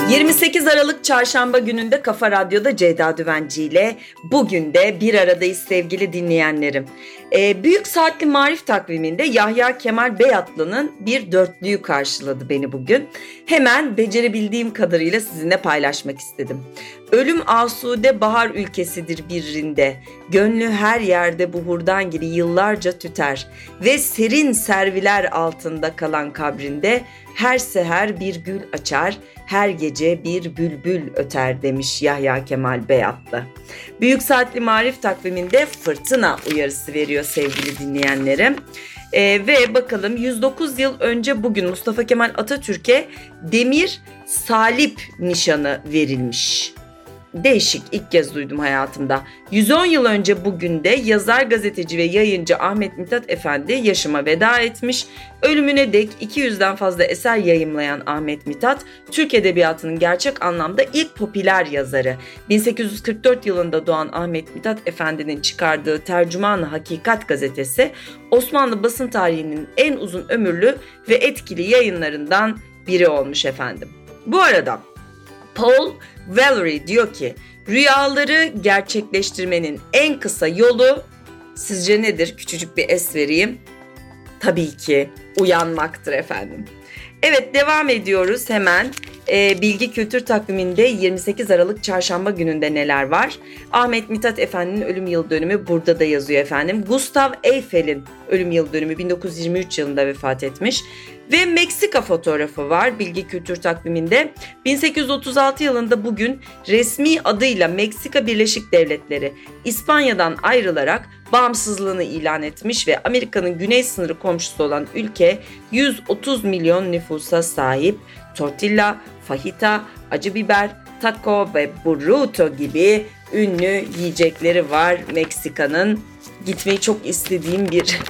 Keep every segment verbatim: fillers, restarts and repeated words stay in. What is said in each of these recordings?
yirmi sekiz Aralık Çarşamba gününde Kafa Radyo'da Ceyda Düvenci ile bugün de bir aradayız sevgili dinleyenlerim. Ee, Büyük Saatli Marif takviminde Yahya Kemal Beyatlı'nın bir dörtlüğü karşıladı beni bugün. Hemen becerebildiğim kadarıyla sizinle paylaşmak istedim. Ölüm asude bahar ülkesidir birinde, gönlü her yerde buhurdan gibi yıllarca tüter ve serin serviler altında kalan kabrinde her seher bir gül açar, her gece bir bülbül öter demiş Yahya Kemal Beyatlı. Büyük Saatli Marif takviminde fırtına uyarısı veriyor sevgili dinleyenlerim. Ee, ve bakalım yüz dokuz yıl önce bugün Mustafa Kemal Atatürk'e demir salip nişanı verilmiş. Değişik, ilk kez duydum hayatımda. yüz on yıl önce bugün de yazar, gazeteci ve yayıncı Ahmet Mithat Efendi yaşama veda etmiş. Ölümüne dek iki yüzden fazla eser yayımlayan Ahmet Mithat, Türk Edebiyatı'nın gerçek anlamda ilk popüler yazarı. bin sekiz yüz kırk dört yılında doğan Ahmet Mithat Efendi'nin çıkardığı Tercüman-ı Hakikat gazetesi, Osmanlı basın tarihinin en uzun ömürlü ve etkili yayınlarından biri olmuş efendim. Bu arada Paul Valery diyor ki, rüyaları gerçekleştirmenin en kısa yolu sizce nedir? Küçücük bir es vereyim. Tabii ki uyanmaktır efendim. Evet, devam ediyoruz hemen. Ee, Bilgi Kültür takviminde yirmi sekiz Aralık Çarşamba gününde neler var? Ahmet Mithat Efendi'nin ölüm yıl dönümü burada da yazıyor efendim. Gustav Eyfel'in ölüm yıl dönümü bin dokuz yüz yirmi üç yılında vefat etmiş. Ve Meksika fotoğrafı var Bilgi Kültür takviminde. bin sekiz yüz otuz altı yılında bugün resmi adıyla Meksika Birleşik Devletleri İspanya'dan ayrılarak bağımsızlığını ilan etmiş ve Amerika'nın güney sınırı komşusu olan ülke yüz otuz milyon nüfusa sahip. Tortilla, fajita, acı biber, taco ve burrito gibi ünlü yiyecekleri var Meksika'nın. Gitmeyi çok istediğim bir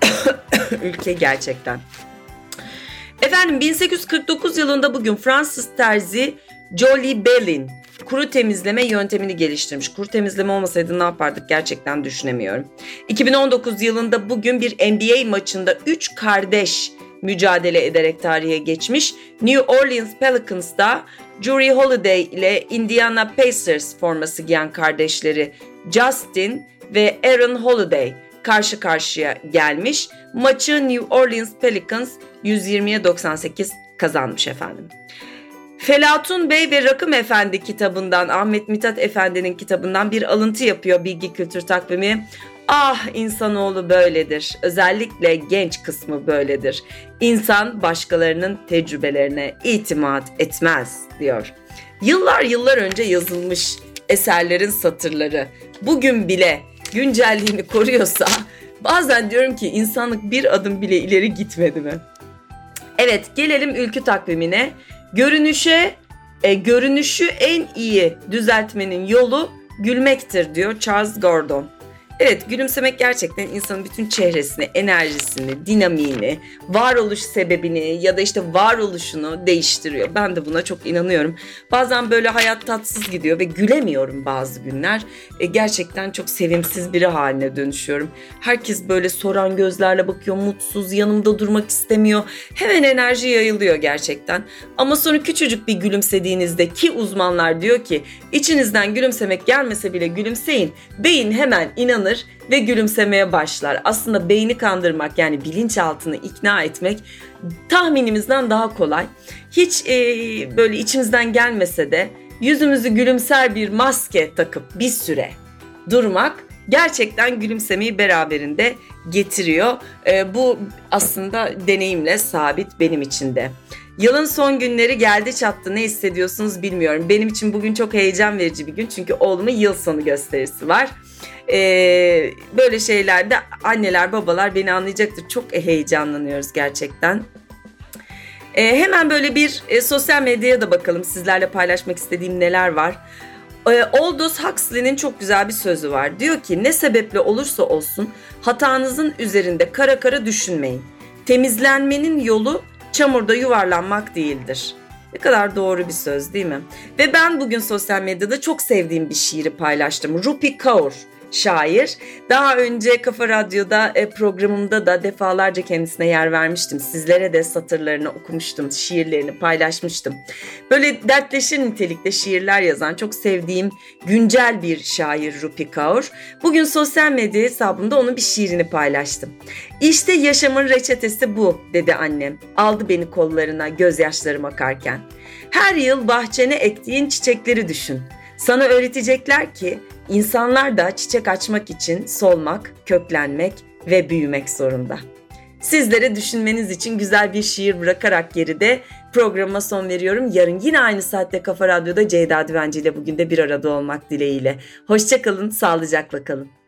ülke gerçekten. Efendim bin sekiz yüz kırk dokuz yılında bugün Fransız terzi Jolie Bellin kuru temizleme yöntemini geliştirmiş. Kuru temizleme olmasaydı ne yapardık gerçekten düşünemiyorum. iki bin on dokuz yılında bugün bir N B A maçında üç kardeş mücadele ederek tarihe geçmiş. New Orleans Pelicans'da Jrue Holiday ile Indiana Pacers forması giyen kardeşleri Justin ve Aaron Holiday karşı karşıya gelmiş. Maçı New Orleans Pelicans yüz yirmiye doksan sekiz kazanmış efendim. Felatun Bey ve Rakım Efendi kitabından, Ahmet Mithat Efendi'nin kitabından bir alıntı yapıyor Bilgi Kültür takvimi. Ah, insanoğlu böyledir. Özellikle genç kısmı böyledir. İnsan başkalarının tecrübelerine itimat etmez diyor. Yıllar yıllar önce yazılmış eserlerin satırları bugün bile güncelliğini koruyorsa bazen diyorum ki insanlık bir adım bile ileri gitmedi mi? Evet, gelelim ülkü takvimine. Görünüşe, e, görünüşü en iyi düzeltmenin yolu gülmektir diyor Charles Gordon. Evet, gülümsemek gerçekten insanın bütün çehresini, enerjisini, dinamiğini, varoluş sebebini ya da işte varoluşunu değiştiriyor. Ben de buna çok inanıyorum. Bazen böyle hayat tatsız gidiyor ve gülemiyorum bazı günler. E, gerçekten çok sevimsiz biri haline dönüşüyorum. Herkes böyle soran gözlerle bakıyor, mutsuz, yanımda durmak istemiyor. Hemen enerji yayılıyor gerçekten. Ama sonra küçücük bir gülümsediğinizde, ki uzmanlar diyor ki içinizden gülümsemek gelmese bile gülümseyin. Beyin hemen inanır ve gülümsemeye başlar. Aslında beyni kandırmak, yani bilinçaltını ikna etmek tahminimizden daha kolay. Hiç e, böyle içimizden gelmese de yüzümüzü gülümser bir maske takıp bir süre durmak gerçekten gülümsemeyi beraberinde getiriyor. E, bu aslında deneyimle sabit benim için de. Yılın son günleri geldi çattı, ne hissediyorsunuz bilmiyorum. Benim için bugün çok heyecan verici bir gün çünkü oğlumun yıl sonu gösterisi var. Ee, böyle şeylerde anneler babalar beni anlayacaktır. Çok heyecanlanıyoruz gerçekten. Ee, hemen böyle bir e, sosyal medyaya da bakalım, sizlerle paylaşmak istediğim neler var. Ee, Aldous Huxley'nin çok güzel bir sözü var. Diyor ki ne sebeple olursa olsun hatanızın üzerinde kara kara düşünmeyin. Temizlenmenin yolu çamurda yuvarlanmak değildir. Ne kadar doğru bir söz değil mi? Ve ben bugün sosyal medyada çok sevdiğim bir şiiri paylaştım. Rupi Kaur şair. Daha önce Kafa Radyo'da e, programımda da defalarca kendisine yer vermiştim. Sizlere de satırlarını okumuştum, şiirlerini paylaşmıştım. Böyle dertleşir nitelikte şiirler yazan çok sevdiğim güncel bir şair Rupi Kaur. Bugün sosyal medya hesabımda onun bir şiirini paylaştım. İşte yaşamın reçetesi bu dedi annem. Aldı beni kollarına gözyaşlarım akarken. Her yıl bahçene ektiğin çiçekleri düşün. Sana öğretecekler ki insanlar da çiçek açmak için solmak, köklenmek ve büyümek zorunda. Sizlere düşünmeniz için güzel bir şiir bırakarak geride programa son veriyorum. Yarın yine aynı saatte Kafa Radyo'da Ceyda Düvenci ile bugün de bir arada olmak dileğiyle. Hoşça kalın, sağlıcakla kalın.